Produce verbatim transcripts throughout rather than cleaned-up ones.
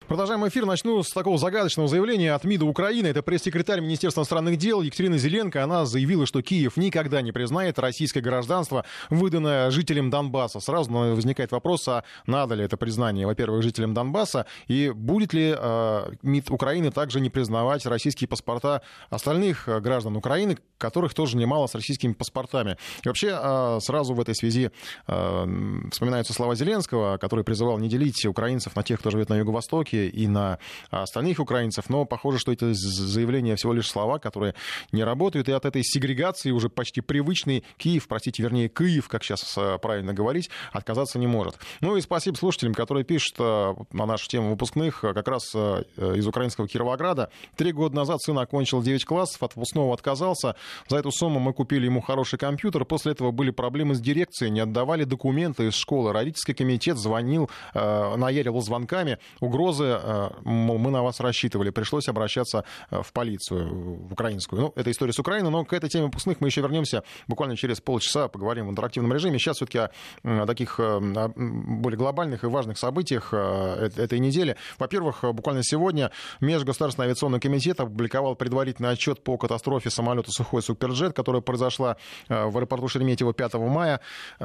Продолжаем эфир. Начну с такого загадочного заявления от МИДа Украины. Это пресс-секретарь Министерства иностранных дел Екатерина Зеленко. Она заявила, что Киев никогда не признает российское гражданство, выданное жителям Донбасса. Сразу возникает вопрос, а надо ли это признание, во-первых, жителям Донбасса, и будет ли э, МИД Украины также не признавать российские паспорта остальных граждан Украины, которых тоже немало с российскими паспортами. И вообще э, сразу в этой связи э, вспоминаются слова Зеленского, который призывал не делить украинцев на тех, кто живет на Юго-Востоке, и на остальных украинцев, но похоже, что это заявления всего лишь слова, которые не работают, и от этой сегрегации уже почти привычный Киев, простите, вернее, Киев, как сейчас правильно говорить, отказаться не может. Ну и спасибо слушателям, которые пишут на нашу тему выпускных, как раз из украинского Кировограда. Три года назад сын окончил девять классов, от выпускного отказался. За эту сумму мы купили ему хороший компьютер. После этого были проблемы с дирекцией, не отдавали документы из школы. Родительский комитет звонил, наяривал звонками, угрозы, мол, мы на вас рассчитывали, пришлось обращаться в полицию, в украинскую. Ну, это история с Украины, но к этой теме выпускных мы еще вернемся буквально через полчаса, поговорим в интерактивном режиме. Сейчас все-таки о, о таких о более глобальных и важных событиях этой недели. Во-первых, буквально сегодня Межгосударственный авиационный комитет опубликовал предварительный отчет по катастрофе самолета «Сухой Суперджет», которая произошла в аэропорту Шереметьево пятого мая.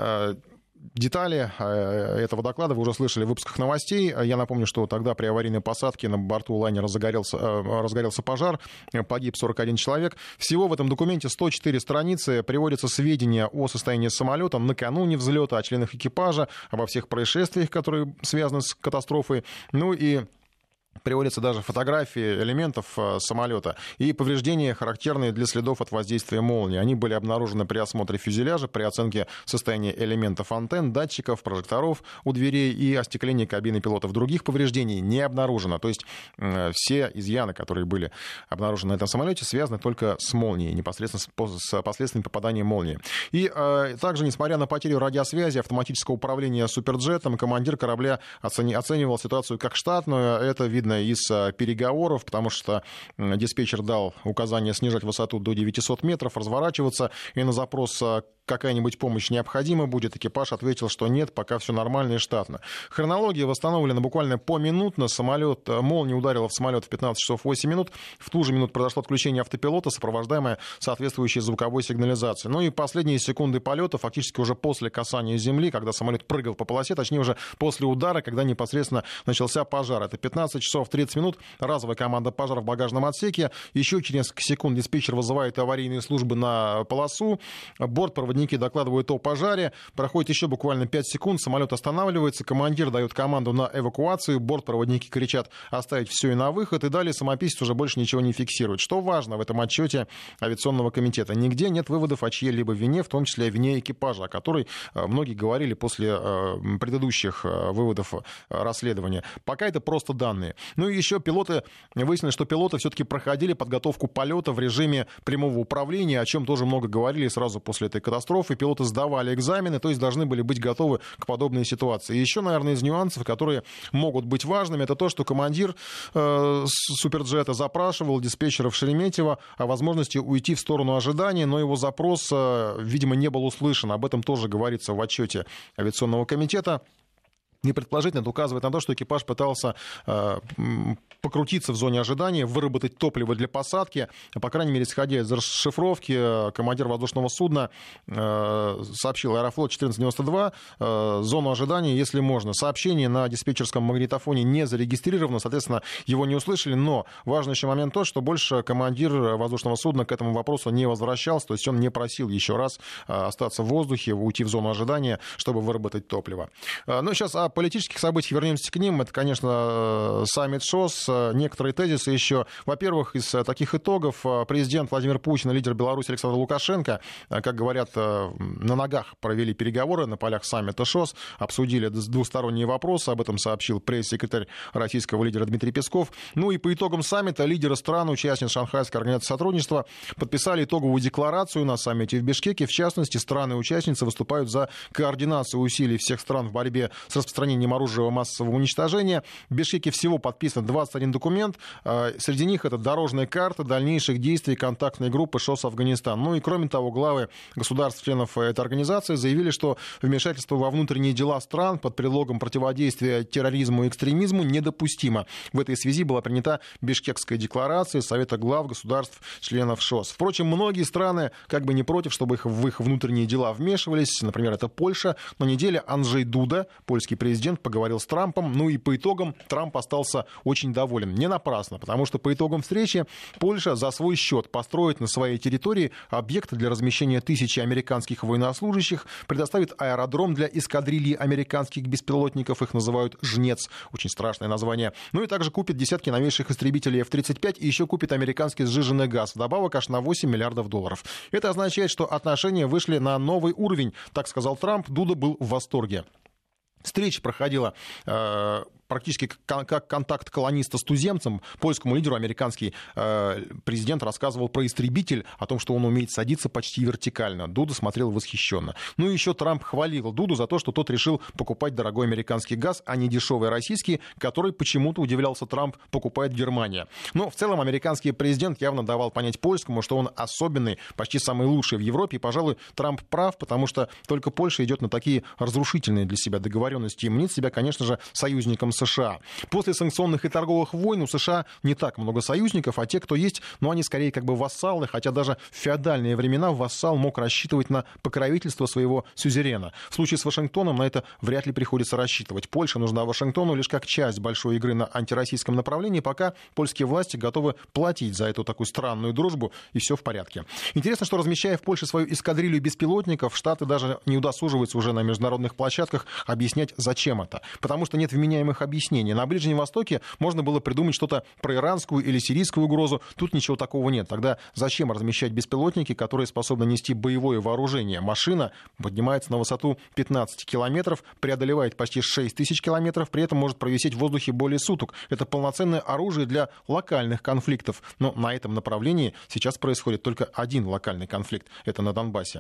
Детали этого доклада вы уже слышали в выпусках новостей. Я напомню, что тогда при аварийной посадке на борту лайнера загорелся, разгорелся пожар, погиб сорок один человек. Всего в этом документе сто четыре страницы, приводятся сведения о состоянии самолета накануне взлета, о членах экипажа, обо всех происшествиях, которые связаны с катастрофой. Ну и приводятся даже фотографии элементов самолета и повреждения, характерные для следов от воздействия молнии. Они были обнаружены при осмотре фюзеляжа, при оценке состояния элементов антенн, датчиков, прожекторов у дверей и остекления кабины пилотов. Других повреждений не обнаружено. То есть все изъяны, которые были обнаружены на этом самолете, связаны только с молнией, непосредственно с последствиями попадания молнии. И э, также, несмотря на потерю радиосвязи, автоматического управления Суперджетом, командир корабля оцени, оценивал ситуацию как штатную. Это видно из переговоров, потому что диспетчер дал указание снижать высоту до девятисот метров, разворачиваться, и на запрос какая-нибудь помощь необходима будет, экипаж ответил, что нет, пока все нормально и штатно. Хронология восстановлена буквально поминутно. Самолет, молния ударила в самолет в пятнадцать часов восемь минут. В ту же минуту произошло отключение автопилота, сопровождаемое соответствующей звуковой сигнализацией. Ну и последние секунды полета, фактически уже после касания земли, когда самолет прыгал по полосе, точнее уже после удара, когда непосредственно начался пожар. Это пятнадцать часов тридцать минут, разовая команда пожара в багажном отсеке. Еще через несколько секунд диспетчер вызывает аварийные службы на полосу. Бортпроводники докладывают о пожаре. Проходит еще буквально пять секунд, самолет останавливается, командир дает команду на эвакуацию, бортпроводники кричат оставить все и на выход, и далее самописец уже больше ничего не фиксирует. Что важно в этом отчете авиационного комитета? Нигде нет выводов о чьей-либо вине, в том числе о вине экипажа, о которой многие говорили после предыдущих выводов расследования. Пока это просто данные. Ну и еще пилоты, выяснили, что пилоты все-таки проходили подготовку полета в режиме прямого управления, о чем тоже много говорили сразу после этой катастрофы. Пилоты сдавали экзамены, то есть должны были быть готовы к подобной ситуации. И еще, наверное, из нюансов, которые могут быть важными, это то, что командир э, Суперджета запрашивал диспетчеров Шереметьево о возможности уйти в сторону ожидания, но его запрос, э, видимо, не был услышан. Об этом тоже говорится в отчете авиационного комитета. И предположительно это указывает на то, что экипаж пытался э, покрутиться в зоне ожидания, выработать топливо для посадки. По крайней мере, исходя из расшифровки, командир воздушного судна э, сообщил Аэрофлот четырнадцать девяносто два, э, зону ожидания, если можно. Сообщение на диспетчерском магнитофоне не зарегистрировано, соответственно, его не услышали. Но важный еще момент тот, что больше командир воздушного судна к этому вопросу не возвращался, то есть он не просил еще раз э, остаться в воздухе, уйти в зону ожидания, чтобы выработать топливо. Э, ну, сейчас о политических событиях вернемся к ним. Это, конечно, саммит ШОС. Некоторые тезисы еще. Во-первых, из таких итогов президент Владимир Путин и лидер Беларуси Александр Лукашенко, как говорят, на ногах провели переговоры на полях саммита ШОС, обсудили двусторонние вопросы. Об этом сообщил пресс-секретарь российского лидера Дмитрий Песков. Ну и по итогам саммита лидеры стран, участниц Шанхайской организации сотрудничества, подписали итоговую декларацию на саммите в Бишкеке. В частности, страны-участницы выступают за координацию усилий всех стран в борьбе с распространением оружия массового уничтожения. В Бишкеке всего подписано двадцать один один документ. Среди них это дорожная карта дальнейших действий контактной группы ШОС Афганистан. Ну и кроме того, главы государств-членов этой организации заявили, что вмешательство во внутренние дела стран под предлогом противодействия терроризму и экстремизму недопустимо. В этой связи была принята Бишкекская декларация Совета глав государств-членов ШОС. Впрочем, многие страны как бы не против, чтобы их в их внутренние дела вмешивались. Например, это Польша. На неделе Анджей Дуда, польский президент, поговорил с Трампом. Ну и по итогам Трамп остался очень доволен. Не напрасно, потому что по итогам встречи Польша за свой счет построит на своей территории объекты для размещения тысячи американских военнослужащих, предоставит аэродром для эскадрильи американских беспилотников, их называют «Жнец», очень страшное название. Ну и также купит десятки новейших истребителей эф тридцать пять и еще купит американский сжиженный газ. Вдобавок аж на восемь миллиардов долларов. Это означает, что отношения вышли на новый уровень, так сказал Трамп. Дуда был в восторге. Встреча проходила э, практически как контакт колониста с туземцем. Польскому лидеру американский э, президент рассказывал про истребитель, о том, что он умеет садиться почти вертикально. Дуда смотрел восхищенно. Ну и еще Трамп хвалил Дуду за то, что тот решил покупать дорогой американский газ, а не дешевый российский, который, почему-то, удивлялся Трамп, покупает Германия. Но в целом американский президент явно давал понять польскому, что он особенный, почти самый лучший в Европе. И, пожалуй, Трамп прав, потому что только Польша идет на такие разрушительные для себя договоренности и мнит себя, конечно же, союзником США. После санкционных и торговых войн у США не так много союзников, а те, кто есть, ну, они скорее как бы вассалы, хотя даже в феодальные времена вассал мог рассчитывать на покровительство своего сюзерена. В случае с Вашингтоном на это вряд ли приходится рассчитывать. Польша нужна Вашингтону лишь как часть большой игры на антироссийском направлении, пока польские власти готовы платить за эту такую странную дружбу, и все в порядке. Интересно, что, размещая в Польше свою эскадрилью беспилотников, Штаты даже не удосуживаются уже на международных площадках объяснять, зачем это. Потому что нет вменяемых объяснений. На Ближнем Востоке можно было придумать что-то про иранскую или сирийскую угрозу. Тут ничего такого нет. Тогда зачем размещать беспилотники, которые способны нести боевое вооружение? Машина поднимается на высоту пятнадцать километров, преодолевает почти шесть тысяч километров, при этом может провисеть в воздухе более суток. Это полноценное оружие для локальных конфликтов. Но на этом направлении сейчас происходит только один локальный конфликт. Это на Донбассе.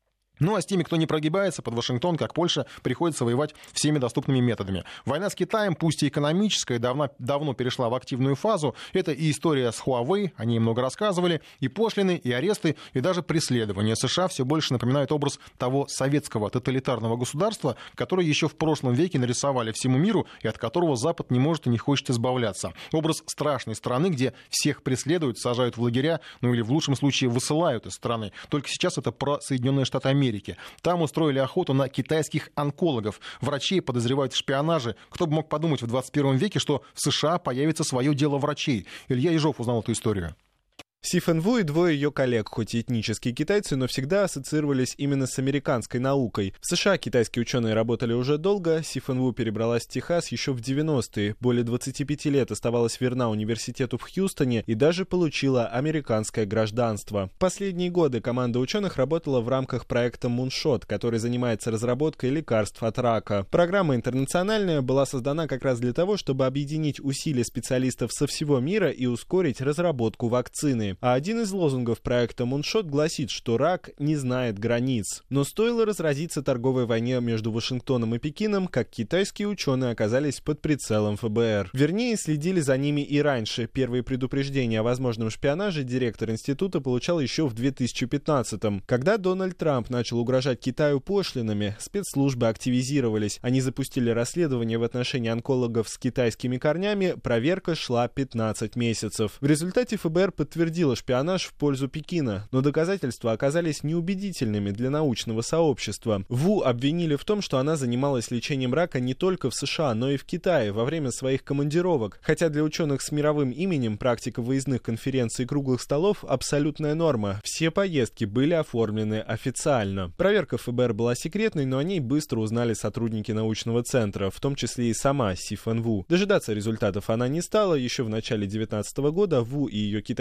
Ну а с теми, кто не прогибается под Вашингтон, как Польша, приходится воевать всеми доступными методами. Война с Китаем, пусть и экономическая, давно, давно перешла в активную фазу. Это и история с Huawei, о ней много рассказывали, и пошлины, и аресты, и даже преследования. США все больше напоминают образ того советского тоталитарного государства, которое еще в прошлом веке нарисовали всему миру, и от которого Запад не может и не хочет избавляться. Образ страшной страны, где всех преследуют, сажают в лагеря, ну или в лучшем случае высылают из страны. Только сейчас это про Соединенные Штаты Америки. Там устроили охоту на китайских онкологов. Врачей подозревают в шпионаже. Кто бы мог подумать в двадцать первом веке, что в США появится свое дело врачей. Илья Ежов узнал эту историю. Си Фэн-Ву и двое ее коллег, хоть и этнические китайцы, но всегда ассоциировались именно с американской наукой. В США китайские ученые работали уже долго, Си Фэн-Ву перебралась в Техас еще в девяностые, более двадцати пяти лет оставалась верна университету в Хьюстоне и даже получила американское гражданство. В последние годы команда ученых работала в рамках проекта Moonshot, который занимается разработкой лекарств от рака. Программа интернациональная была создана как раз для того, чтобы объединить усилия специалистов со всего мира и ускорить разработку вакцины. А один из лозунгов проекта Moonshot гласит, что рак не знает границ. Но стоило разразиться торговой войне между Вашингтоном и Пекином, как китайские ученые оказались под прицелом эф бэ эр. Вернее, следили за ними и раньше. Первые предупреждения о возможном шпионаже директор института получал еще в две тысячи пятнадцатом. Когда Дональд Трамп начал угрожать Китаю пошлинами, спецслужбы активизировались. Они запустили расследование в отношении онкологов с китайскими корнями. Проверка шла пятнадцать месяцев. В результате эф бэ эр подтвердило шпионаж в пользу Пекина, но доказательства оказались неубедительными для научного сообщества. Ву обвинили в том, что она занималась лечением рака не только в США, но и в Китае во время своих командировок, хотя для ученых с мировым именем практика выездных конференций и круглых столов абсолютная норма. Все поездки были оформлены официально. Проверка эф бэ эр была секретной, но о ней быстро узнали сотрудники научного центра, в том числе и сама Си Фэн-Ву. Дожидаться результатов она не стала. Еще в начале две тысячи девятнадцатого года Ву и ее китайские коллеги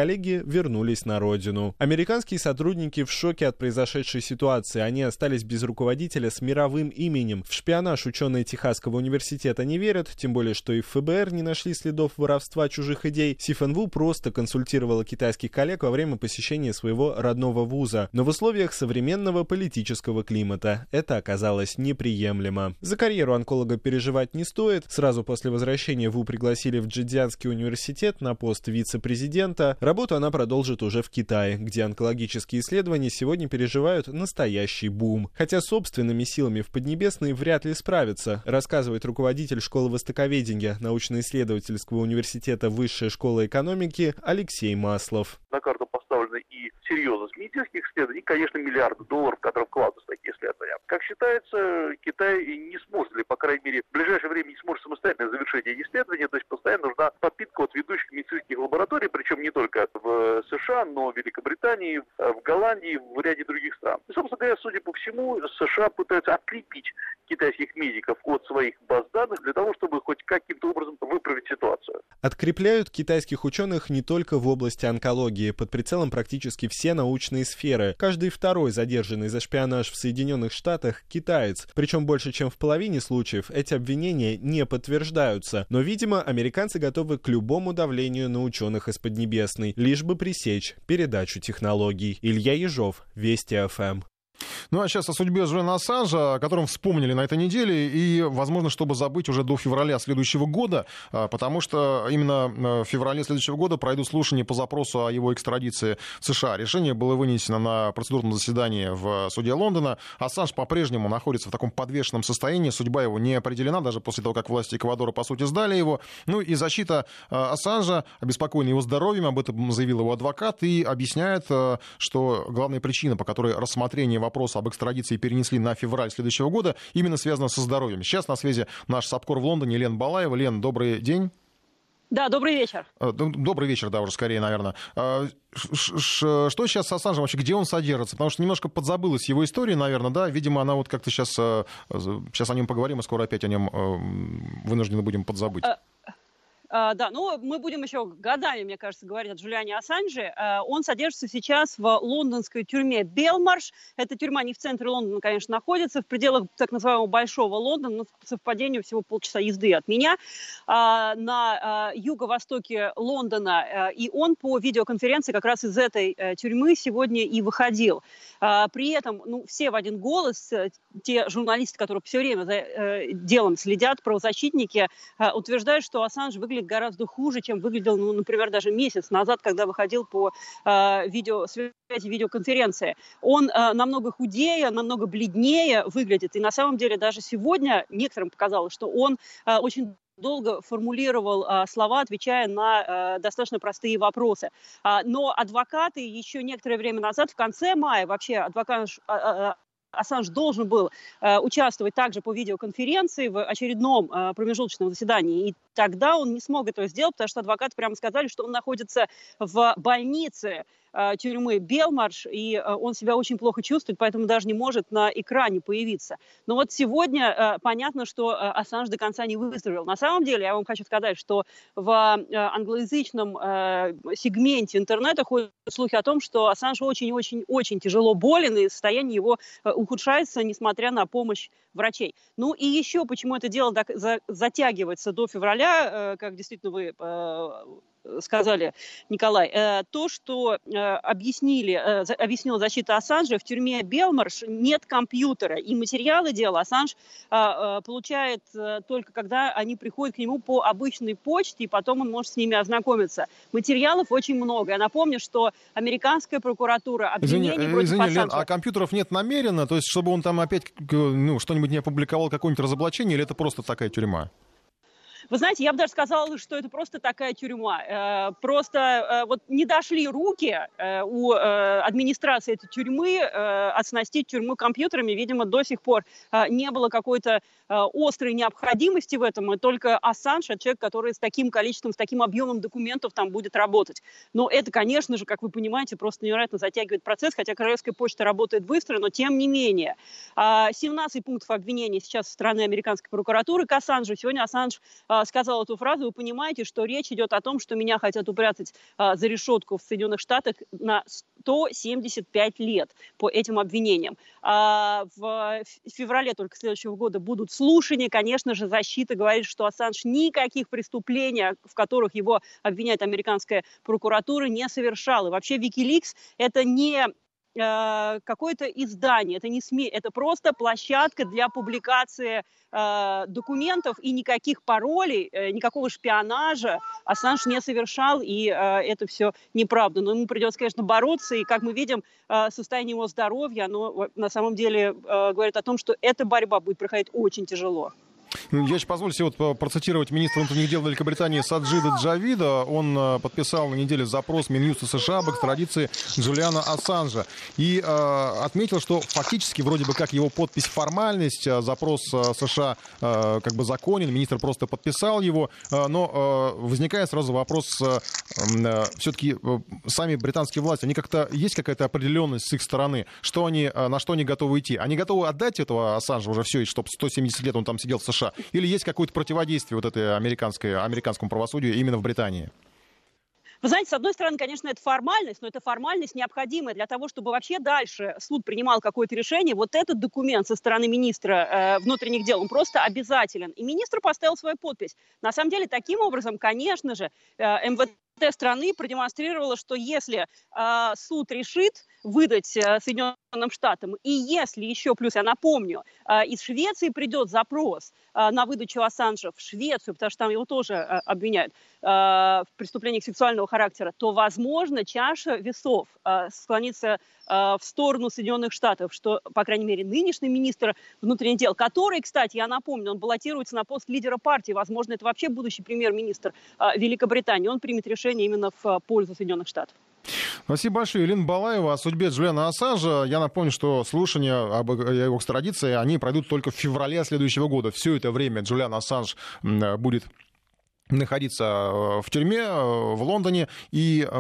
коллеги вернулись на родину. Американские сотрудники в шоке от произошедшей ситуации. Они остались без руководителя с мировым именем. В шпионаж ученые Техасского университета не верят, тем более, что и в ФБР не нашли следов воровства чужих идей. Сифэнву просто консультировала китайских коллег во время посещения своего родного вуза. Но в условиях современного политического климата это оказалось неприемлемо. За карьеру онколога переживать не стоит. Сразу после возвращения Ву пригласили в Джэцзянский университет на пост вице-президента. Работу она продолжит уже в Китае, где онкологические исследования сегодня переживают настоящий бум. Хотя собственными силами в Поднебесной вряд ли справится, рассказывает руководитель школы востоковедения научно-исследовательского университета Высшей школы экономики Алексей Маслов. На карту поставлены и серьезность медицинских исследований, и, конечно, миллиарды долларов, которые вкладываются в такие исследования. Как считается, Китай не сможет, или, по крайней мере, в ближайшее время не сможет самостоятельно завершить эти исследования, то есть постоянно нужна подпитка от ведущих медицинских лабораторий, причем не только в США, но в Великобритании, в Голландии, в ряде других стран. И, собственно говоря, судя по всему, США пытаются отлепить китайских медиков от своих баз данных для того, чтобы хоть каким-то образом выправить ситуацию. Открепляют китайских ученых не только в области онкологии. Под прицелом практически все научные сферы. Каждый второй задержанный за шпионаж в Соединенных Штатах – китаец. Причем больше, чем в половине случаев эти обвинения не подтверждаются. Но, видимо, американцы готовы к любому давлению на ученых из Поднебесной, лишь бы пресечь передачу технологий. Илья Ежов, Вести эф эм. Ну а сейчас о судьбе Джулиана Ассанжа, о котором вспомнили на этой неделе, и, возможно, чтобы забыть уже до февраля следующего года, потому что именно в феврале следующего года пройдут слушания по запросу о его экстрадиции в США. Решение было вынесено на процедурном заседании в суде Лондона. Ассанж по-прежнему находится в таком подвешенном состоянии, судьба его не определена, даже после того, как власти Эквадора, по сути, сдали его. Ну и защита Ассанжа обеспокоена его здоровьем, об этом заявил его адвокат, и объясняет, что главная причина, по которой рассмотрение вопрос об экстрадиции перенесли на февраль следующего года, именно связано со здоровьем. Сейчас на связи наш САПКОР в Лондоне Лена Балаева. Лен, добрый день. Да, добрый вечер. Добрый вечер, да, уже скорее, наверное. Что сейчас с Ассанжем вообще, где он содержится? Потому что немножко подзабылась его история, наверное, да. Видимо, она вот как-то сейчас... Сейчас о нем поговорим, и скоро опять о нем вынуждены будем подзабыть. Uh, да, ну мы будем еще годами, мне кажется, говорить о Джулиане Ассанже. Uh, он содержится сейчас в лондонской тюрьме Белмарш. Эта тюрьма не в центре Лондона, конечно, находится, в пределах так называемого Большого Лондона, но по совпадению всего полчаса езды от меня, uh, на uh, юго-востоке Лондона. Uh, и он по видеоконференции как раз из этой uh, тюрьмы сегодня и выходил. Uh, при этом, ну, все в один голос, uh, те журналисты, которые все время за uh, делом следят, правозащитники, uh, утверждают, что Ассанж выглядит гораздо хуже, чем выглядел, ну, например, даже месяц назад, когда выходил по э, видеосвязи, видеоконференции. Он э, намного худее, намного бледнее выглядит. И на самом деле даже сегодня некоторым показалось, что он э, очень долго формулировал э, слова, отвечая на э, достаточно простые вопросы. А, но адвокаты еще некоторое время назад, в конце мая, вообще адвокат... Э, Ассанж должен был э, участвовать также по видеоконференции в очередном э, промежуточном заседании. И тогда он не смог этого сделать, потому что адвокаты прямо сказали, что он находится в больнице э, тюрьмы Белмарш, и э, он себя очень плохо чувствует, поэтому даже не может на экране появиться. Но вот сегодня э, понятно, что э, Ассанж до конца не выздоровел. На самом деле, я вам хочу сказать, что в э, англоязычном э, сегменте интернета ходят слухи о том, что Ассанж очень-очень-очень тяжело болен, и состояние его э, ухудшается, несмотря на помощь врачей. Ну и еще, почему это дело затягивается до февраля, как действительно вы сказали, Николай, то, что объяснили, объяснила защита Ассанжа, в тюрьме Белмарш нет компьютера, и материалы дела Ассанж получает только когда они приходят к нему по обычной почте, и потом он может с ними ознакомиться. Материалов очень много. Я напомню, что американская прокуратура обвинений извини, против извини, Ассанжа... Лен, а компьютеров нет намеренно? То есть, чтобы он там опять ну, что-нибудь не опубликовал, какое-нибудь разоблачение, или это просто такая тюрьма? Вы знаете, я бы даже сказала, что это просто такая тюрьма. Просто вот не дошли руки у администрации этой тюрьмы оснастить тюрьму компьютерами. Видимо, до сих пор не было какой-то острой необходимости в этом. И только Ассанж, человек, который с таким количеством, с таким объемом документов там будет работать. Но это, конечно же, как вы понимаете, просто невероятно затягивает процесс, хотя Королевская почта работает быстро, но тем не менее. семнадцать пунктов обвинений сейчас со стороны американской прокуратуры к Ассанжу. Сегодня Ассанж сказал эту фразу, вы понимаете, что речь идет о том, что меня хотят упрятать за решетку в Соединенных Штатах на сто семьдесят пять лет по этим обвинениям. В феврале только следующего года будут слушания. Конечно же, защита говорит, что Ассанж никаких преступлений, в которых его обвиняет американская прокуратура, не совершал. И вообще Wikileaks — это не какое-то издание, это не СМИ, это просто площадка для публикации э, документов, и никаких паролей, э, никакого шпионажа Ассанж не совершал, и э, это все неправда. Но ему придется, конечно, бороться, и, как мы видим, э, состояние его здоровья, оно на самом деле э, говорит о том, что эта борьба будет проходить очень тяжело. Я еще позволю себе вот процитировать министра внутренних дел Великобритании Саджида Джавида. Он подписал на неделе запрос Минюста США об экстрадиции Джулиана Ассанжа. И э, отметил, что фактически вроде бы как его подпись формальность, запрос США э, как бы законен, министр просто подписал его. Э, но э, возникает сразу вопрос, э, э, все-таки э, сами британские власти, они как-то, есть какая-то определенность с их стороны, что они, э, на что они готовы идти? Они готовы отдать этого Ассанжа уже все, и чтобы сто семьдесят лет он там сидел в США? Или есть какое-то противодействие вот этой американской, американскому правосудию именно в Британии? Вы знаете, с одной стороны, конечно, это формальность, но это формальность необходимая для того, чтобы вообще дальше суд принимал какое-то решение. Вот этот документ со стороны министра э, внутренних дел, он просто обязателен. И министр поставил свою подпись. На самом деле, таким образом, конечно же, э, эм вэ тэ страны продемонстрировала, что если э, суд решит выдать э, Соединенным Штатам, и если еще, плюс я напомню, э, из Швеции придет запрос э, на выдачу Ассанжа в Швецию, потому что там его тоже э, обвиняют э, в преступлениях сексуального характера, то, возможно, чаша весов э, склонится э, в сторону Соединенных Штатов, что, по крайней мере, нынешний министр внутренних дел, который, кстати, я напомню, он баллотируется на пост лидера партии, возможно, это вообще будущий премьер-министр э, Великобритании, он примет решение именно в пользу Соединенных Штатов. Спасибо большое. Елена Балаева о судьбе Джулиана Ассанжа. Я напомню, что слушания об его экстрадиции, они пройдут только в феврале следующего года. Все это время Джулиан Ассанж будет находиться в тюрьме в Лондоне, и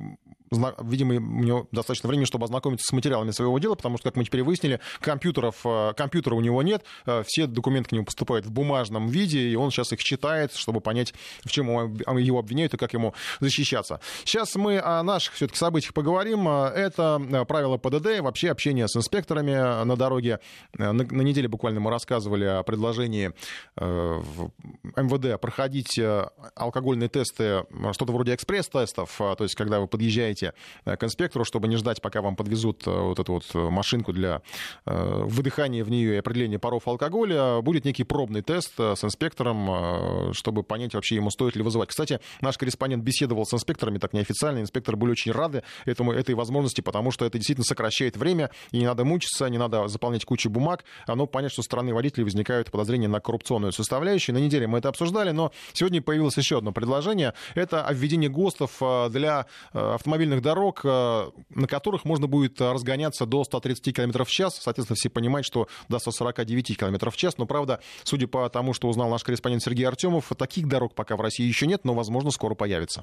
видимо, у него достаточно времени, чтобы ознакомиться с материалами своего дела, потому что, как мы теперь выяснили, компьютеров, компьютера у него нет, все документы к нему поступают в бумажном виде, и он сейчас их читает, чтобы понять, в чем его обвиняют и как ему защищаться. Сейчас мы о наших все-таки событиях поговорим. Это правила пэ дэ дэ, вообще общение с инспекторами на дороге. На, на неделе буквально мы рассказывали о предложении в эм вэ дэ проходить алкогольные тесты, что-то вроде экспресс-тестов, то есть когда вы подъезжаете к инспектору, чтобы не ждать, пока вам подвезут вот эту вот машинку для выдыхания в нее и определения паров алкоголя. Будет некий пробный тест с инспектором, чтобы понять вообще, ему стоит ли вызывать. Кстати, наш корреспондент беседовал с инспекторами, так неофициально. Инспекторы были очень рады этому, этой возможности, потому что это действительно сокращает время, и не надо мучиться, не надо заполнять кучу бумаг. Но понять, что со стороны водителей возникают подозрения на коррупционную составляющую. На неделе мы это обсуждали, но сегодня появилось еще одно предложение. Это введение ГОСТов для автомобильных дорог, на которых можно будет разгоняться до ста тридцати километров в час. Соответственно, все понимают, что до ста сорока девяти километров в час. Но, правда, судя по тому, что узнал наш корреспондент Сергей Артемов, таких дорог пока в России еще нет, но, возможно, скоро появится.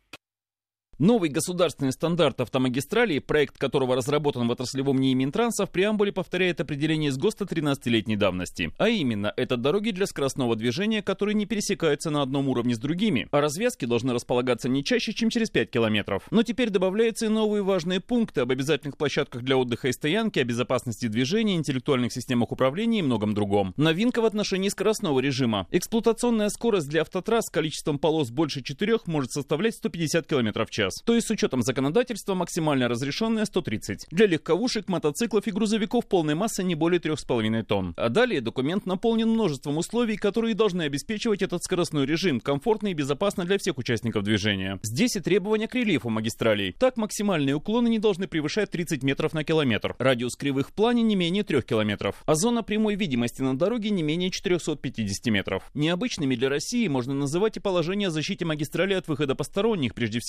Новый государственный стандарт автомагистралей, проект которого разработан в отраслевом НИИ Минтранса, в преамбуле повторяет определение с ГОСТа тринадцатилетней давности. А именно, это дороги для скоростного движения, которые не пересекаются на одном уровне с другими, а развязки должны располагаться не чаще, чем через пять километров. Но теперь добавляются и новые важные пункты об обязательных площадках для отдыха и стоянки, о безопасности движения, интеллектуальных системах управления и многом другом. Новинка в отношении скоростного режима. Эксплуатационная скорость для автотрасс с количеством полос больше четырех может составлять сто пятьдесят километров в час. То есть с учетом законодательства максимально разрешенная сто тридцать. Для легковушек, мотоциклов и грузовиков полной массы не более трех с половиной тонн. А далее документ наполнен множеством условий, которые должны обеспечивать этот скоростной режим комфортно и безопасно для всех участников движения. Здесь и требования к рельефу магистралей. Так, максимальные уклоны не должны превышать тридцать метров на километр. Радиус кривых в плане не менее трех километров. А зона прямой видимости на дороге не менее четырехсот пятидесяти метров. Необычными для России можно называть и положение о защите магистрали от выхода посторонних, прежде всего животных.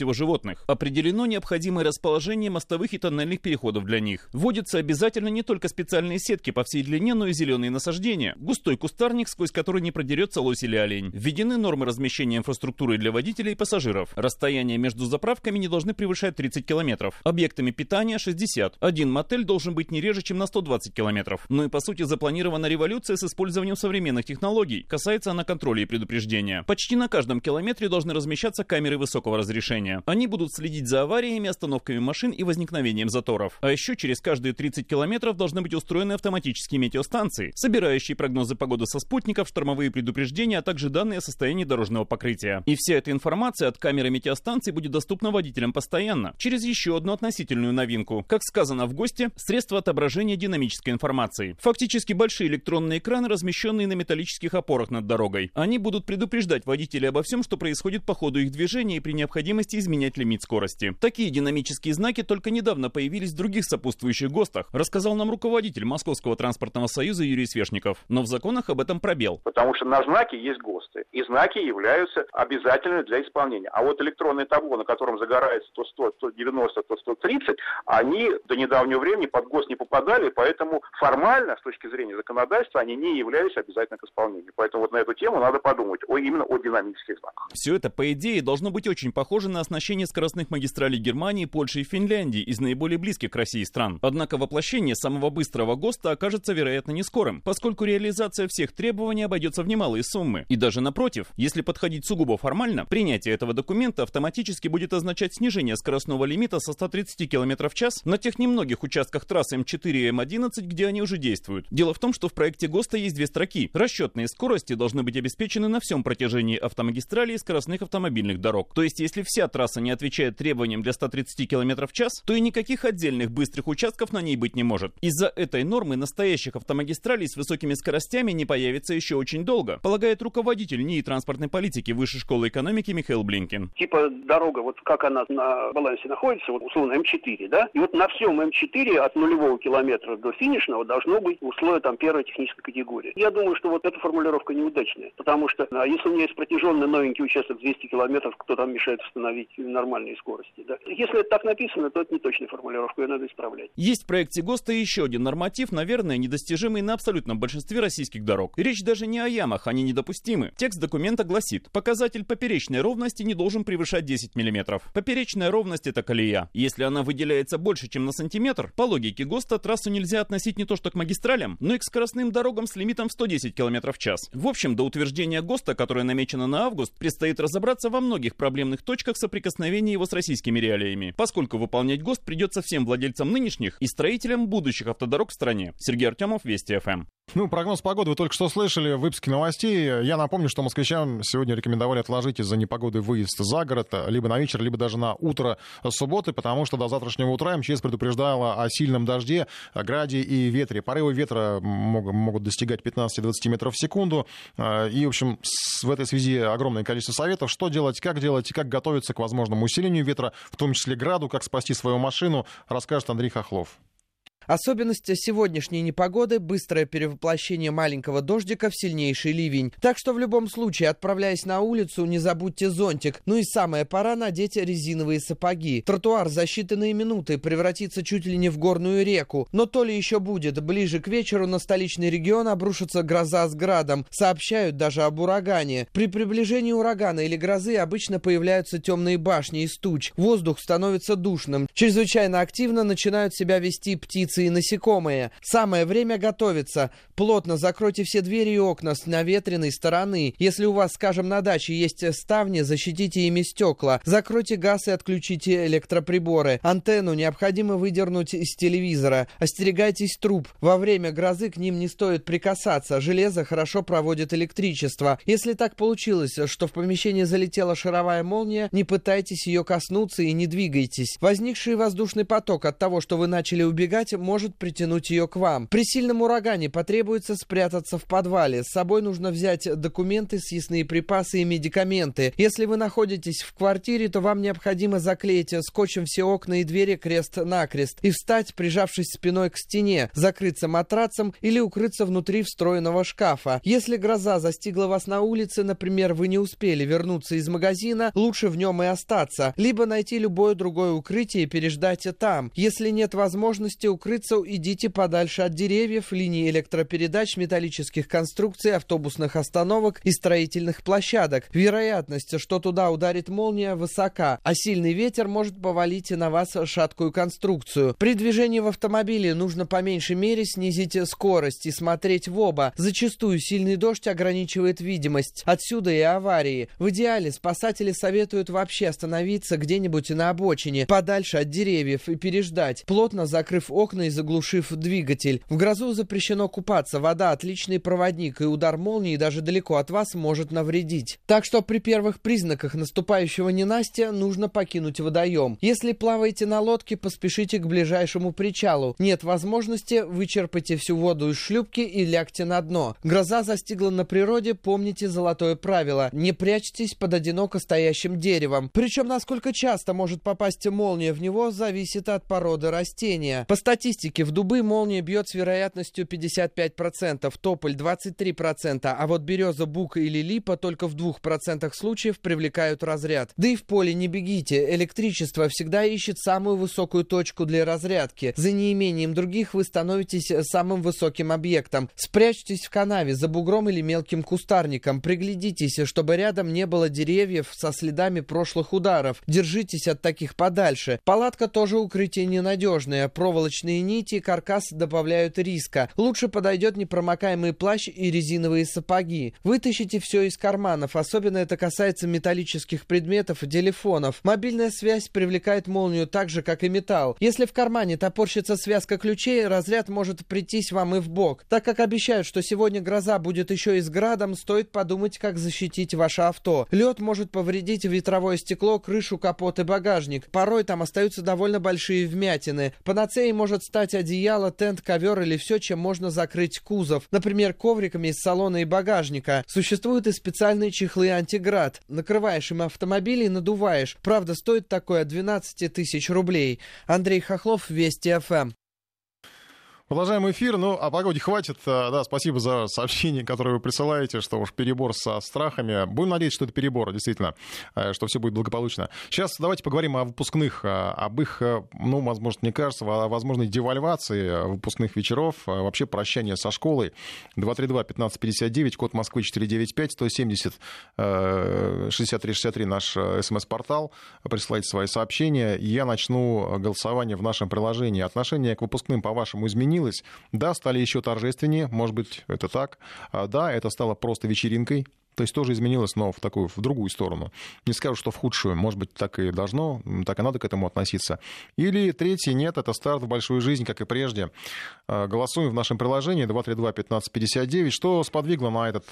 транспортных. Определено необходимое расположение мостовых и тоннельных переходов для них. Вводятся обязательно не только специальные сетки по всей длине, но и зеленые насаждения. Густой кустарник, сквозь который не продерется лось или олень. Введены нормы размещения инфраструктуры для водителей и пассажиров. Расстояния между заправками не должны превышать тридцать километров. Объектами питания шестьдесят. Один мотель должен быть не реже, чем на сто двадцать километров. Ну и по сути запланирована революция с использованием современных технологий. Касается она контроля и предупреждения. Почти на каждом километре должны размещаться камеры высокого разрешения. Они будут следить за авариями, остановками машин и возникновением заторов. А еще через каждые тридцать километров должны быть устроены автоматические метеостанции, собирающие прогнозы погоды со спутников, штормовые предупреждения, а также данные о состоянии дорожного покрытия. И вся эта информация от камеры метеостанций будет доступна водителям постоянно, через еще одну относительную новинку. Как сказано в ГОСТе, средства отображения динамической информации. Фактически большие электронные экраны, размещенные на металлических опорах над дорогой. Они будут предупреждать водителей обо всем, что происходит по ходу их движения и при необходимости изменять лимит скорости. Такие динамические знаки только недавно появились в других сопутствующих ГОСТах, рассказал нам руководитель Московского транспортного союза Юрий Свешников. Но в законах об этом пробел. Потому что на знаке есть ГОСТы, и знаки являются обязательными для исполнения. А вот электронное табло, на котором загорается то сто, то девяносто, то сто тридцать, они до недавнего времени под ГОСТ не попадали, поэтому формально, с точки зрения законодательства, они не являлись обязательны к исполнению. Поэтому вот на эту тему надо подумать о, именно о динамических знаках. Все это, по идее, должно быть очень похоже на оснащение скоростных магистралей Германии, Польши и Финляндии из наиболее близких к России стран. Однако воплощение самого быстрого ГОСТа окажется, вероятно, не скорым, поскольку реализация всех требований обойдется в немалые суммы. И даже напротив, если подходить сугубо формально, принятие этого документа автоматически будет означать снижение скоростного лимита со ста тридцати километров в час на тех немногих участках трасс эм четыре и эм одиннадцать, где они уже действуют. Дело в том, что в проекте ГОСТа есть две строки. Расчетные скорости должны быть обеспечены на всем протяжении автомагистралей и скоростных автомобильных дорог. То есть, если вся трасса не отвечает требованиям для ста тридцати километров в час, то и никаких отдельных быстрых участков на ней быть не может. Из-за этой нормы настоящих автомагистралей с высокими скоростями не появится еще очень долго, полагает руководитель НИИ транспортной политики Высшей школы экономики Михаил Блинкин. Типа дорога, вот как она на балансе находится, вот условно эм четыре, да? И вот на всем эм четыре от нулевого километра до финишного должно быть условие там первой технической категории. Я думаю, что вот эта формулировка неудачная, потому что а если у меня есть протяженный новенький участок двести километров, кто там мешает установить нормальные скорости, да? Если это так написано, то это не точная формулировка, ее надо исправлять. Есть в проекте ГОСТа еще один норматив, наверное, недостижимый на абсолютном большинстве российских дорог. Речь даже не о ямах, они недопустимы. Текст документа гласит: показатель поперечной ровности не должен превышать десять миллиметров. Поперечная ровность — это колея. Если она выделяется больше, чем на сантиметр, по логике ГОСТа трассу нельзя относить не то что к магистралям, но и к скоростным дорогам с лимитом в сто десять километров в час. В общем, до утверждения ГОСТа, которое намечено на август, предстоит разобраться во многих проблемных точках соприкосновения его с российскими реалиями, поскольку выполнять ГОСТ придется всем владельцам нынешних и строителям будущих автодорог в стране. Сергей Артемов, Вести эф эм. Ну, прогноз погоды вы только что слышали в выпуске новостей. Я напомню, что москвичам сегодня рекомендовали отложить из-за непогоды выезд за город либо на вечер, либо даже на утро субботы, потому что до завтрашнего утра эм че эс предупреждала о сильном дожде, граде и ветре. Порывы ветра могут, могут достигать пятнадцать-двадцать метров в секунду. И, в общем, в этой связи огромное количество советов. Что делать, как делать и как готовиться к возможному усилению ветра, в том числе граду, как спасти свою машину, расскажет Андрей Хохлов. Особенность сегодняшней непогоды – быстрое перевоплощение маленького дождика в сильнейший ливень. Так что в любом случае, отправляясь на улицу, не забудьте зонтик. Ну и самая пора надеть резиновые сапоги. Тротуар за считанные минуты превратится чуть ли не в горную реку. Но то ли еще будет. Ближе к вечеру на столичный регион обрушится гроза с градом. Сообщают даже об урагане. При приближении урагана или грозы обычно появляются темные башни из туч. Воздух становится душным. Чрезвычайно активно начинают себя вести птицы и насекомые. Самое время готовиться. Плотно закройте все двери и окна с наветренной стороны. Если у вас, скажем, на даче есть ставни, защитите ими стекла. Закройте газ и отключите электроприборы. Антенну необходимо выдернуть из телевизора. Остерегайтесь труб. Во время грозы к ним не стоит прикасаться. Железо хорошо проводит электричество. Если так получилось, что в помещение залетела шаровая молния, не пытайтесь ее коснуться и не двигайтесь. Возникший воздушный поток от того, что вы начали убегать, может притянуть ее к вам. При сильном урагане потребуется спрятаться в подвале. С собой нужно взять документы, съестные припасы и медикаменты. Если вы находитесь в квартире, то вам необходимо заклеить скотчем все окна и двери крест-накрест и встать, прижавшись спиной к стене, закрыться матрацем или укрыться внутри встроенного шкафа. Если гроза застигла вас на улице, например, вы не успели вернуться из магазина, лучше в нем и остаться, либо найти любое другое укрытие и переждать там. Если нет возможности укрыться, идите подальше от деревьев, линий электропередач, металлических конструкций, автобусных остановок и строительных площадок. Вероятность, что туда ударит молния, высока, а сильный ветер может повалить на вас шаткую конструкцию. При движении в автомобиле нужно по меньшей мере снизить скорость и смотреть в оба. Зачастую сильный дождь ограничивает видимость. Отсюда и аварии. В идеале спасатели советуют вообще остановиться где-нибудь на обочине, подальше от деревьев и переждать, плотно закрыв окна и заглушив двигатель. В грозу запрещено купаться. Вода — отличный проводник, и удар молнии даже далеко от вас может навредить. Так что при первых признаках наступающего ненастья нужно покинуть водоем. Если плаваете на лодке, поспешите к ближайшему причалу. Нет возможности, вычерпайте всю воду из шлюпки и лягте на дно. Гроза застигла на природе, помните золотое правило: не прячьтесь под одиноко стоящим деревом. Причем насколько часто может попасть молния в него, зависит от породы растения. По статистике, в дубы молния бьет с вероятностью пятьдесят пять процентов, тополь двадцать три процента, а вот береза, бук или липа только в двух процентах случаев привлекают разряд. Да и в поле не бегите, электричество всегда ищет самую высокую точку для разрядки. За неимением других вы становитесь самым высоким объектом. Спрячьтесь в канаве, за бугром или мелким кустарником. Приглядитесь, чтобы рядом не было деревьев со следами прошлых ударов. Держитесь от таких подальше. Палатка тоже укрытие ненадежное. Проволочные нити и каркас добавляют риска. Лучше подойдет непромокаемый плащ и резиновые сапоги. Вытащите все из карманов. Особенно это касается металлических предметов и телефонов. Мобильная связь привлекает молнию так же, как и металл. Если в кармане топорщится связка ключей, разряд может прийтись вам и в бок. Так как обещают, что сегодня гроза будет еще и с градом, стоит подумать, как защитить ваше авто. Лед может повредить ветровое стекло, крышу, капот и багажник. Порой там остаются довольно большие вмятины. Панацеей может стать одеяло, тент, ковер или все, чем можно закрыть кузов. Например, ковриками из салона и багажника. Существуют и специальные чехлы антиград. Накрываешь им автомобиль и надуваешь. Правда, стоит такое от двенадцати тысяч рублей. Андрей Хохлов, Вести эф эм. Продолжаем эфир. Ну, о погоде хватит. Да, спасибо за сообщение, которое вы присылаете, что уж перебор со страхами. Будем надеяться, что это перебор, действительно, что все будет благополучно. Сейчас давайте поговорим о выпускных, об их, ну, возможно, мне кажется, о возможной девальвации выпускных вечеров, вообще прощания со школой. два три два пятнадцать пятьдесят девять, код Москвы четыреста девяносто пять, сто семьдесят шестьдесят три шестьдесят три, наш смс-портал. Присылайте свои сообщения. Я начну голосование в нашем приложении. Отношение к выпускным, по-вашему, изменилось? Да, стали еще торжественнее, может быть, это так. Да, это стало просто вечеринкой. То есть тоже изменилось, но в такую, в другую сторону. Не скажу, что в худшую. Может быть, так и должно, так и надо к этому относиться. Или третий, нет, это старт в большую жизнь, как и прежде. Голосуем в нашем приложении два три два пятнадцать пятьдесят девять. Что сподвигло на этот,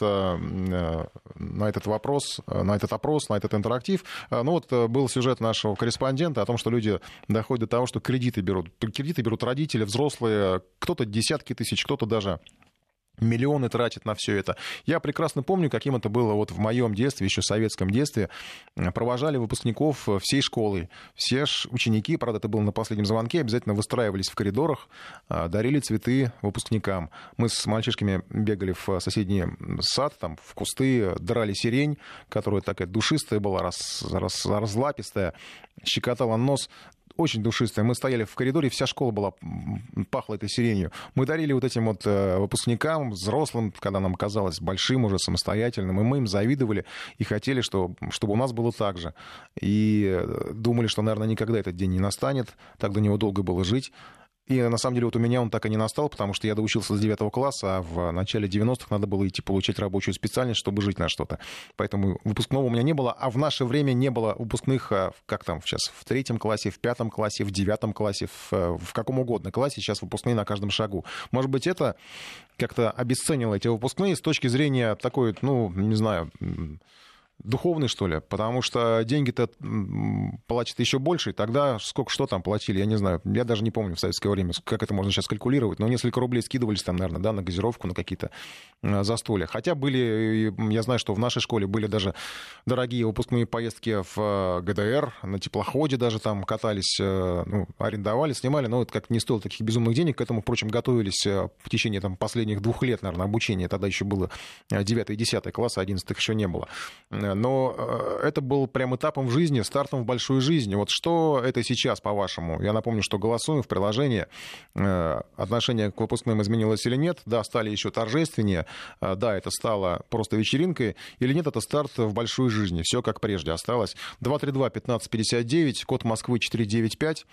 на этот вопрос, на этот опрос, на этот интерактив? Ну вот был сюжет нашего корреспондента о том, что люди доходят до того, что кредиты берут. Кредиты берут родители, взрослые, кто-то десятки тысяч, кто-то даже миллионы тратят на все это. Я прекрасно помню, каким это было вот в моем детстве, еще в советском детстве. Провожали выпускников всей школы. Все ученики, правда, это было на последнем звонке, обязательно выстраивались в коридорах, дарили цветы выпускникам. Мы с мальчишками бегали в соседний сад, там, в кусты, драли сирень, которая такая душистая была, раз, раз, разлапистая, щекотала нос. Очень душистая. Мы стояли в коридоре, вся школа была, пахла этой сиренью. Мы дарили вот этим вот выпускникам, взрослым, когда нам казалось большим уже, самостоятельным, и мы им завидовали и хотели, что, чтобы у нас было так же. И думали, что, наверное, никогда этот день не настанет, так до него долго было жить. И на самом деле вот у меня он так и не настал, потому что я доучился с девятого класса, а в начале девяностых надо было идти получать рабочую специальность, чтобы жить на что-то. Поэтому выпускного у меня не было, а в наше время не было выпускных, как там сейчас, в третьем классе, в пятом классе, в девятом классе, в, в каком угодно классе, сейчас выпускные на каждом шагу. Может быть, это как-то обесценило эти выпускные с точки зрения такой, ну, не знаю, духовный, что ли, потому что деньги-то платят еще больше, и тогда сколько что там платили, я не знаю, я даже не помню в советское время, как это можно сейчас калькулировать, но несколько рублей скидывались там, наверное, да, на газировку, на какие-то застолья. Хотя были, я знаю, что в нашей школе были даже дорогие выпускные поездки в ГДР, на теплоходе даже там катались, ну, арендовали, снимали, но это как не стоило таких безумных денег, к этому, впрочем, готовились в течение там последних двух лет, наверное, обучения, тогда еще было девятый и десятый класс, одиннадцатых еще не было. Но это был прям этапом в жизни, стартом в большую жизнь. Вот что это сейчас, по-вашему? Я напомню, что голосуем в приложении. Отношение к выпускным изменилось или нет? Да, стали еще торжественнее. Да, это стало просто вечеринкой. Или нет, это старт в большую жизнь. Все как прежде осталось. два три два пятнадцать пятьдесят девять, код Москвы четыре девять пять.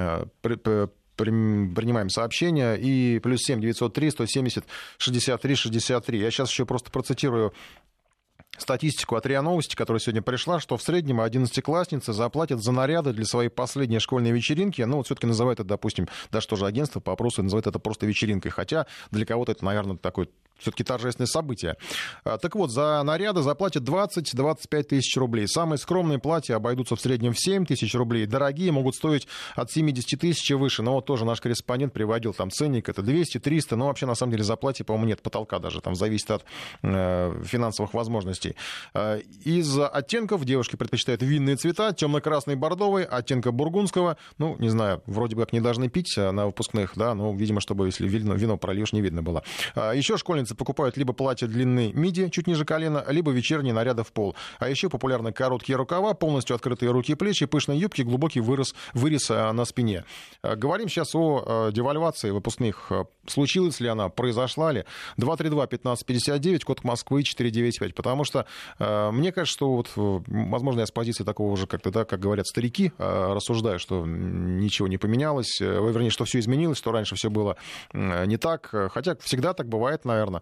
Принимаем сообщения. И плюс семь девятьсот три сто семьдесят шестьдесят три шестьдесят три. Я сейчас еще просто процитирую статистику от РИА Новости, которая сегодня пришла, что в среднем одиннадцатиклассницы заплатят за наряды для своей последней школьной вечеринки. Ну, вот все-таки называют это, допустим, даже тоже агентство по опросу называет это просто вечеринкой. Хотя для кого-то это, наверное, такой все-таки торжественное событие. Так вот, за наряды заплатят двадцать-двадцать пять тысяч рублей. Самые скромные платья обойдутся в среднем в семь тысяч рублей. Дорогие могут стоить от семьдесят тысяч и выше. Но вот тоже наш корреспондент приводил там ценник, это двести-триста. Но вообще, на самом деле, за платье, по-моему, нет потолка даже. Там зависит от э, финансовых возможностей. Из оттенков девушки предпочитают винные цвета, темно-красный, бордовый, оттенка бургундского. Ну, не знаю, вроде бы как не должны пить на выпускных, да, но, видимо, чтобы, если вино, вино прольешь, не видно было. Еще школьницы покупают либо платье длины миди, чуть ниже колена, либо вечерние наряды в пол. А еще популярны короткие рукава, полностью открытые руки и плечи, пышные юбки, глубокий вырез, вырез на спине. Говорим сейчас о девальвации выпускных. Случилась ли она, произошла ли? два три два пятнадцать пятьдесят девять, код Москвы четыре девять пять. Потому что мне кажется, что, вот, возможно, я с позиции такого же, как-то, да, как говорят старики, рассуждаю, что ничего не поменялось, вернее, что все изменилось, что раньше все было не так. Хотя всегда так бывает, наверное.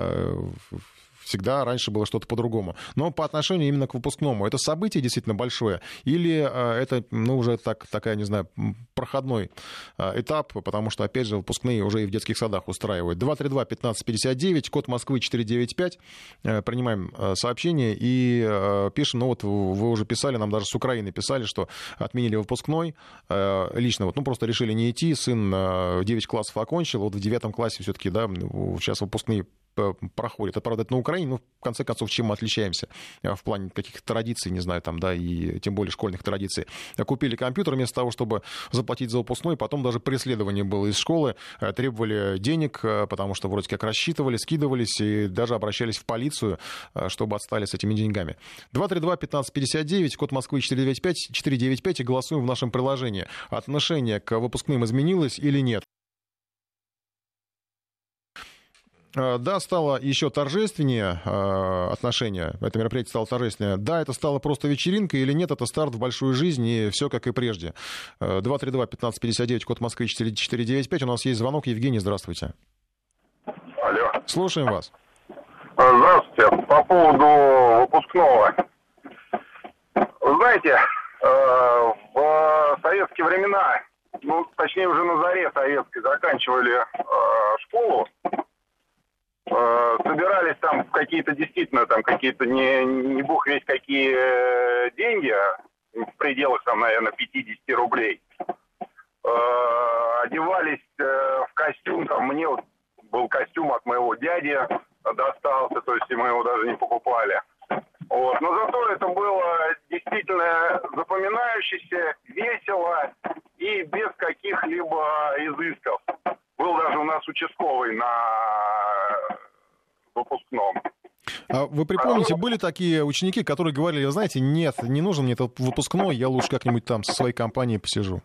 Всегда раньше было что-то по-другому. Но по отношению именно к выпускному, это событие действительно большое? Или это, ну, уже так, такая, не знаю, проходной этап, потому что, опять же, выпускные уже и в детских садах устраивают. два три два пятнадцать пятьдесят девять, код Москвы четыре девять пять. Принимаем сообщение и пишем, ну вот вы уже писали, нам даже с Украины писали, что отменили выпускной. Лично вот, ну, просто решили не идти. Сын девять классов окончил, вот в девятом классе все-таки, да, сейчас выпускные проходит. Это, правда, это на Украине, но в конце концов, чем мы отличаемся в плане каких-то традиций, не знаю, там, да, и тем более школьных традиций. Купили компьютер вместо того, чтобы заплатить за выпускной, потом даже преследование было из школы, требовали денег, потому что вроде как рассчитывали, скидывались и даже обращались в полицию, чтобы отстали с этими деньгами. два три два пятнадцать пятьдесят девять, код Москвы четыре девять пять, четыре девять пять, и голосуем в нашем приложении. Отношение к выпускным изменилось или нет? Да, стало еще торжественнее э, отношение, это мероприятие стало торжественнее. Да, это стало просто вечеринкой или нет, это старт в большую жизнь и все как и прежде. два три два пятнадцать пятьдесят девять, код Москвы четыре девять пять. У нас есть звонок. Евгений, здравствуйте. Алло. Слушаем вас. Здравствуйте. По поводу выпускного. Вы знаете, в советские времена, ну, точнее уже на заре советской, заканчивали школу, собирались там какие-то действительно там какие-то не, не бог весть какие деньги, в пределах там, наверное, пятьдесят рублей. Одевались в костюм, там мне вот был костюм от моего дяди достался, то есть мы его даже не покупали. Вот. Но зато это было действительно запоминающееся, весело и без каких-либо изысков. Был даже у нас участковый на выпускном. А вы припомните, были такие ученики, которые говорили, знаете, нет, не нужен мне этот выпускной, я лучше как-нибудь там со своей компанией посижу?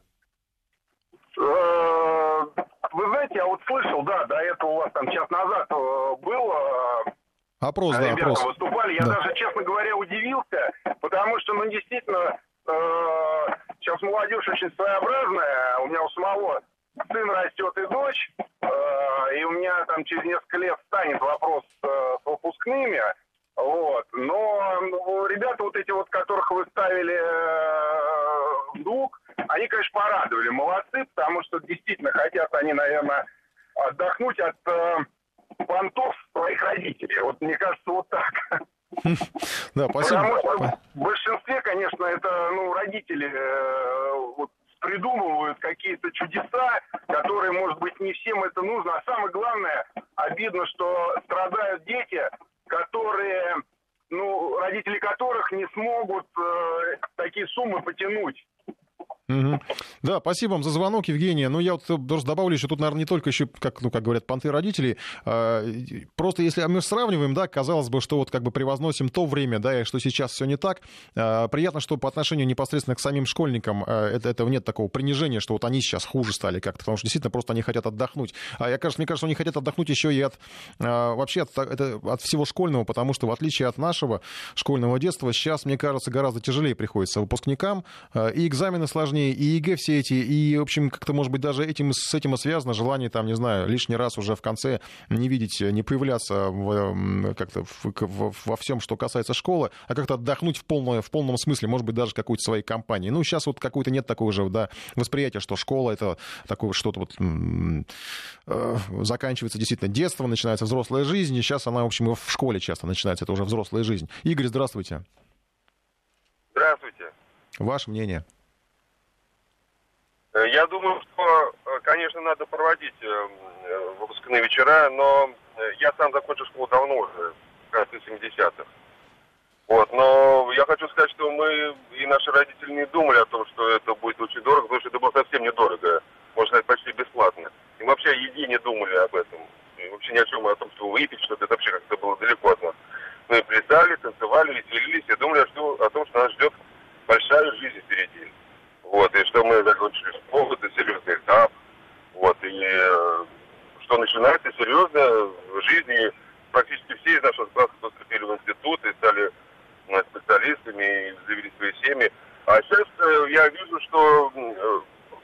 Вы знаете, я вот слышал, да, до этого у вас там час назад был... Опрос, да, ребята опрос. выступали. Я да. даже, честно говоря, удивился, потому что, ну, действительно, э, сейчас молодежь очень своеобразная. У меня у самого сын растет и дочь, э, и у меня там через несколько лет станет вопрос э, с выпускными. Вот. Но ну, ребята вот эти вот, которых вы ставили э, в двух, они, конечно, порадовали. Молодцы, потому что действительно хотят они, наверное, отдохнуть от... Э, понтов своих родителей. Вот мне кажется, вот так. Да, спасибо. Потому что в большинстве, конечно, это ну, родители э, вот, придумывают какие-то чудеса, которые, может быть, не всем это нужно. А самое главное, обидно, что страдают дети, которые, ну, родители которых не смогут э, такие суммы потянуть. Угу. Да, спасибо вам за звонок, Евгения. Ну, я вот просто добавлю еще, тут, наверное, не только еще, как, ну, как говорят, понты родителей. А, просто если мы сравниваем, да, казалось бы, что вот как бы превозносим то время, да, и что сейчас все не так. А, приятно, что по отношению непосредственно к самим школьникам а, это, этого нет такого принижения, что вот они сейчас хуже стали как-то, потому что действительно просто они хотят отдохнуть. А я, кажется, мне кажется, они хотят отдохнуть еще и от а, вообще от, это, от всего школьного, потому что в отличие от нашего школьного детства, сейчас, мне кажется, гораздо тяжелее приходится выпускникам, а, и экзамены сложнее, и ЕГЭ все эти, и, в общем, как-то, может быть, даже этим, с этим и связано желание, там, не знаю, лишний раз уже в конце не видеть, не появляться в, как-то в, в, во всем, что касается школы, а как-то отдохнуть в, полном, в полном смысле, может быть, даже какой-то своей компании. Ну, сейчас вот какой-то нет такого же, да, восприятия, что школа — это такое что-то вот э, заканчивается действительно детство, начинается взрослая жизнь, и сейчас она, в общем, в школе часто начинается, это уже взрослая жизнь. Игорь, здравствуйте. Здравствуйте. Ваше мнение? Я думаю, что, конечно, надо проводить выпускные вечера, но я сам закончил школу давно уже, в конце семидесятых. Вот, но я хочу сказать, что мы и наши родители не думали о том, что это будет очень дорого, потому что это было совсем недорого, можно сказать, почти бесплатно. И мы вообще о еде не думали об этом. И вообще ни о чем, о том, что выпить что-то, это вообще как-то было далеко от нас. Мы плясали, танцевали, веселились и думали о том, что нас ждет большая жизнь впереди. Вот, и что мы закончили школу, это серьезный этап. Вот, и э, что начинается серьезно в жизни. Практически все из нашего класса поступили в институт и стали э, специалистами и завели свои семьи. А сейчас э, я вижу, что э,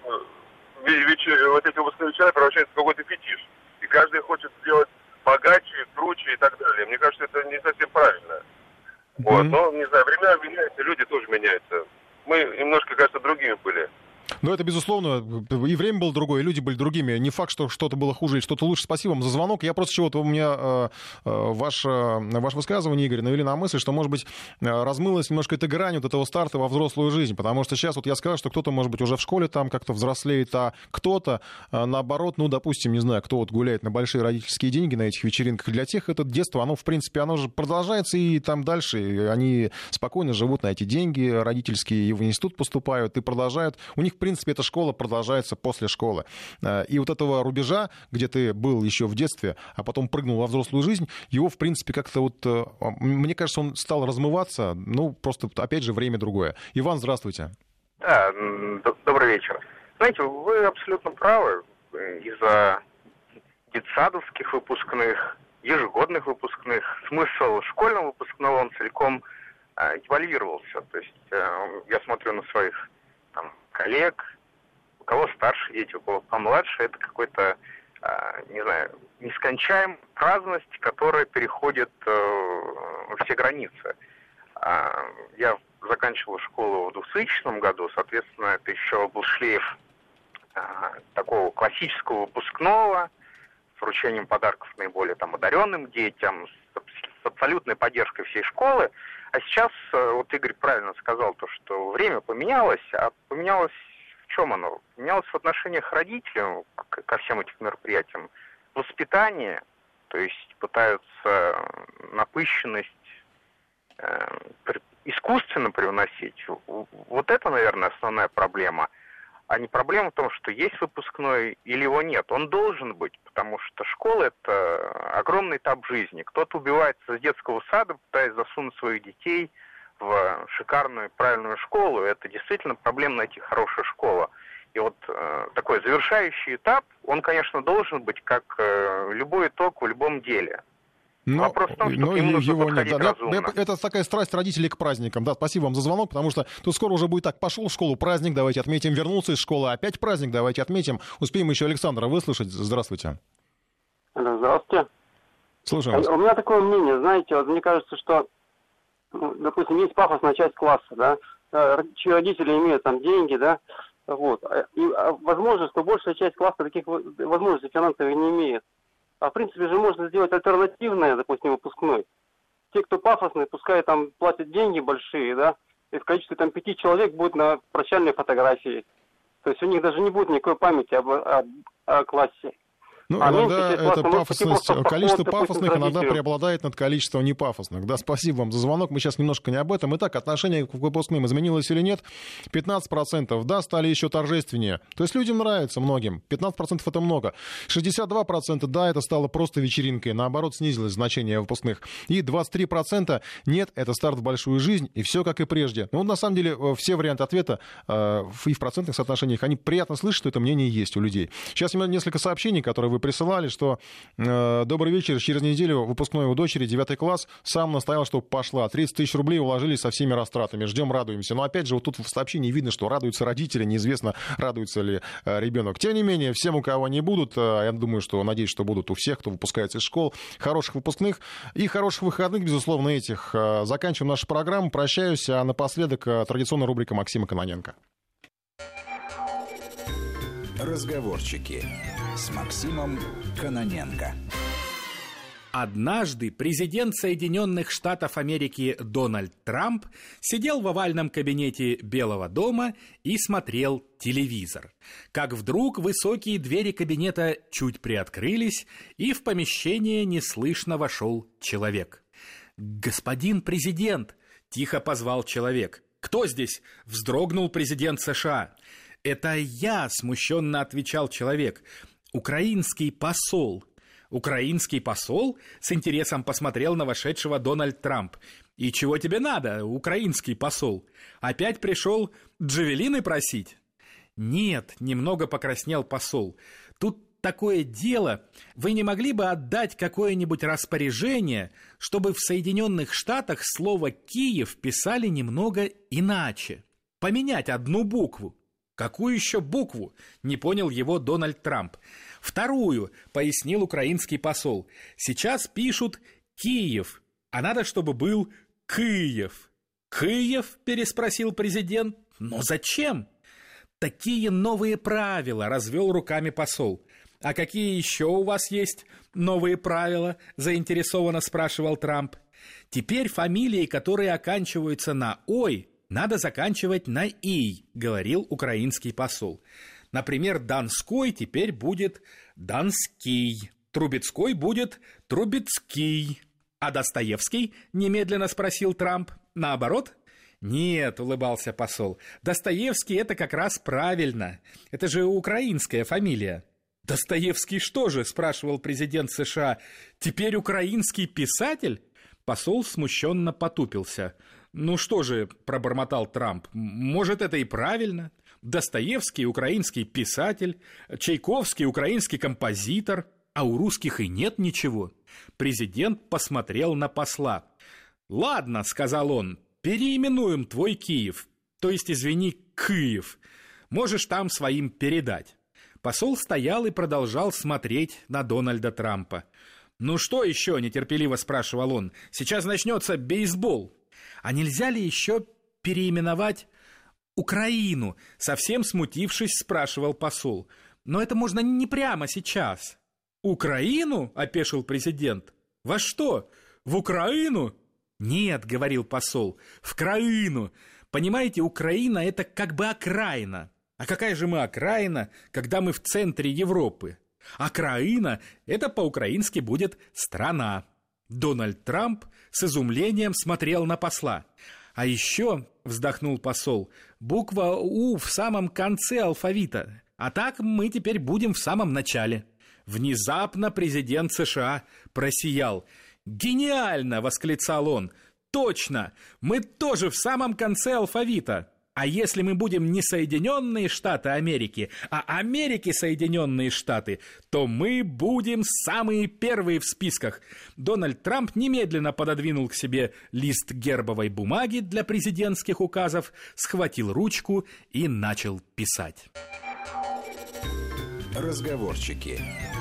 э, вечер, вот эти выпускные вечера превращаются в какой-то фетиш. И каждый хочет сделать богаче, круче и так далее. Мне кажется, это не совсем правильно. Mm-hmm. Вот, но, не знаю, времена меняются, люди тоже меняются. Мы немножко, кажется, другими были. Ну, это безусловно. И время было другое, и люди были другими. Не факт, что что-то было хуже или что-то лучше. Спасибо вам за звонок. Я просто чего-то у меня э, ваше, ваше высказывание, Игорь, навели на мысль, что, может быть, размылась немножко эта грань вот этого старта во взрослую жизнь. Потому что сейчас вот я сказал, что кто-то, может быть, уже в школе там как-то взрослеет, а кто-то, наоборот, ну, допустим, не знаю, кто вот гуляет на большие родительские деньги на этих вечеринках. Для тех это детство, оно, в принципе, оно же продолжается и там дальше. И они спокойно живут на эти деньги родительские, и в институт поступают, и продолжают. У них, в принципе, эта школа продолжается после школы. И вот этого рубежа, где ты был еще в детстве, а потом прыгнул во взрослую жизнь, его, в принципе, как-то вот, мне кажется, он стал размываться, ну, просто, опять же, время другое. Иван, здравствуйте. Да, добрый вечер. Знаете, вы абсолютно правы. Из-за детсадовских выпускных, ежегодных выпускных, смысл школьного выпускного, он целиком девальвировался. То есть я смотрю на своих там коллег, у кого старше дети, у кого помладше, это какой-то, не знаю, нескончаемая праздность, которая переходит все границы. Я заканчивал школу в двухтысячном году, соответственно, это еще был шлейф такого классического выпускного, с вручением подарков наиболее там одаренным детям, с абсолютной поддержкой всей школы. А сейчас, вот Игорь правильно сказал, то, что время поменялось, а поменялось в чем оно? Поменялось в отношениях родителей ко всем этим мероприятиям. Воспитание, то есть пытаются напыщенность э, искусственно привносить. Вот это, наверное, основная проблема. А не проблема в том, что есть выпускной или его нет. Он должен быть, потому что школа — это огромный этап жизни. Кто-то убивается с детского сада, пытаясь засунуть своих детей в шикарную, правильную школу. Это действительно проблема найти хорошую школу. И вот э, такой завершающий этап, он, конечно, должен быть как э, любой итог в любом деле. Но, Вопрос в том, что но к нему нужно его подходить нет. Да, разумно. Это такая страсть родителей к праздникам. Да, спасибо вам за звонок, потому что тут скоро уже будет так: пошел в школу, праздник, давайте отметим, вернулся из школы, опять праздник, давайте отметим. Успеем еще Александра выслушать. Здравствуйте. Здравствуйте. Слушаем вас. У меня такое мнение, знаете, вот мне кажется, что, ну, допустим, есть пафосная часть класса, да, чьи родители имеют там деньги, да, вот, и возможно, что большая часть класса таких возможностей финансовых не имеет. А в принципе же можно сделать альтернативное, допустим, выпускной. те, кто пафосные, пускай там платят деньги большие, да, и в количестве там пяти человек будет на прощальной фотографии. То есть у них даже не будет никакой памяти об, об, о классе. Ну, а иногда эта пафосность, поход, количество допустим, пафосных иногда традицию. преобладает над количеством непафосных. Да, спасибо вам за звонок. Мы сейчас немножко не об этом. Итак, отношение к выпускным изменилось или нет? пятнадцать процентов, да, стали еще торжественнее. То есть людям нравится многим. пятнадцать процентов это много. шестьдесят два процента, да, это стало просто вечеринкой. Наоборот, снизилось значение выпускных. И двадцать три процента нет, это старт в большую жизнь. И все как и прежде. Ну, на самом деле, все варианты ответа э, и в процентных соотношениях, они приятно слышат, что это мнение есть у людей. Сейчас несколько сообщений, которые вы присылали, что э, добрый вечер, через неделю выпускной у дочери, девятый класс, сам настоял, чтобы пошла. тридцать тысяч рублей уложили со всеми растратами. Ждем, радуемся. Но опять же, вот тут в сообщении видно, что радуются родители, неизвестно, радуется ли э, ребенок. Тем не менее, всем, у кого не будут, э, я думаю, что, надеюсь, что будут у всех, кто выпускается из школ, хороших выпускных и хороших выходных, безусловно, этих. Э, заканчиваем нашу программу, прощаюсь, а напоследок э, традиционная рубрика Максима Кононенко. Разговорчики с Максимом Кононенко. Однажды президент Соединенных Штатов Америки Дональд Трамп сидел в овальном кабинете Белого дома и смотрел телевизор. Как вдруг высокие двери кабинета чуть приоткрылись, и в помещение неслышно вошел человек. «Господин президент!» — тихо позвал человек. «Кто здесь?» — вздрогнул президент США. «Это я», — смущенно отвечал человек. «Украинский посол». «Украинский посол?» — с интересом посмотрел на вошедшего Дональд Трамп. «И чего тебе надо, украинский посол? Опять пришел джавелины просить?» «Нет», — немного покраснел посол. «Тут такое дело. Вы не могли бы отдать какое-нибудь распоряжение, чтобы в Соединенных Штатах слово «Киев» писали немного иначе? Поменять одну букву». «Какую еще букву?» — не понял его Дональд Трамп. «Вторую», — пояснил украинский посол. «Сейчас пишут «Киев», а надо, чтобы был «Киев». «Киев?» — переспросил президент. «Но зачем?» «Такие новые правила», — развел руками посол. «А какие еще у вас есть новые правила?» — заинтересованно спрашивал Трамп. «Теперь фамилии, которые оканчиваются на «ой», надо заканчивать на «ий», — говорил украинский посол. Например, Донской теперь будет Донский, Трубецкой будет Трубецкий. А Достоевский? — немедленно спросил Трамп. Наоборот? Нет, — улыбался посол, — Достоевский — это как раз правильно. Это же украинская фамилия. Достоевский что же? — спрашивал президент США. Теперь украинский писатель? Посол смущенно потупился. «Ну что же», — пробормотал Трамп, — «может, это и правильно. Достоевский — украинский писатель, Чайковский — украинский композитор, а у русских и нет ничего». Президент посмотрел на посла. «Ладно», — сказал он, — «переименуем твой Киев, то есть, извини, Киев. Можешь там своим передать». Посол стоял и продолжал смотреть на Дональда Трампа. «Ну что еще?» — нетерпеливо спрашивал он. «Сейчас начнется бейсбол». «А нельзя ли еще переименовать Украину?» — совсем смутившись, спрашивал посол. «Но это можно не прямо сейчас». «Украину?» — опешил президент. «Во что? В Украину?» «Нет», — говорил посол, — «в краину. Понимаете, Украина — это как бы окраина. А какая же мы окраина, когда мы в центре Европы? Окраина — это по-украински будет «страна». Дональд Трамп с изумлением смотрел на посла. «А еще, — вздохнул посол, — буква «У» в самом конце алфавита, а так мы теперь будем в самом начале». Внезапно президент США просиял. «Гениально!» — восклицал он. «Точно! Мы тоже в самом конце алфавита! А если мы будем не Соединенные Штаты Америки, а Америки Соединенные Штаты, то мы будем самые первые в списках». Дональд Трамп немедленно пододвинул к себе лист гербовой бумаги для президентских указов, схватил ручку и начал писать. Разговорчики.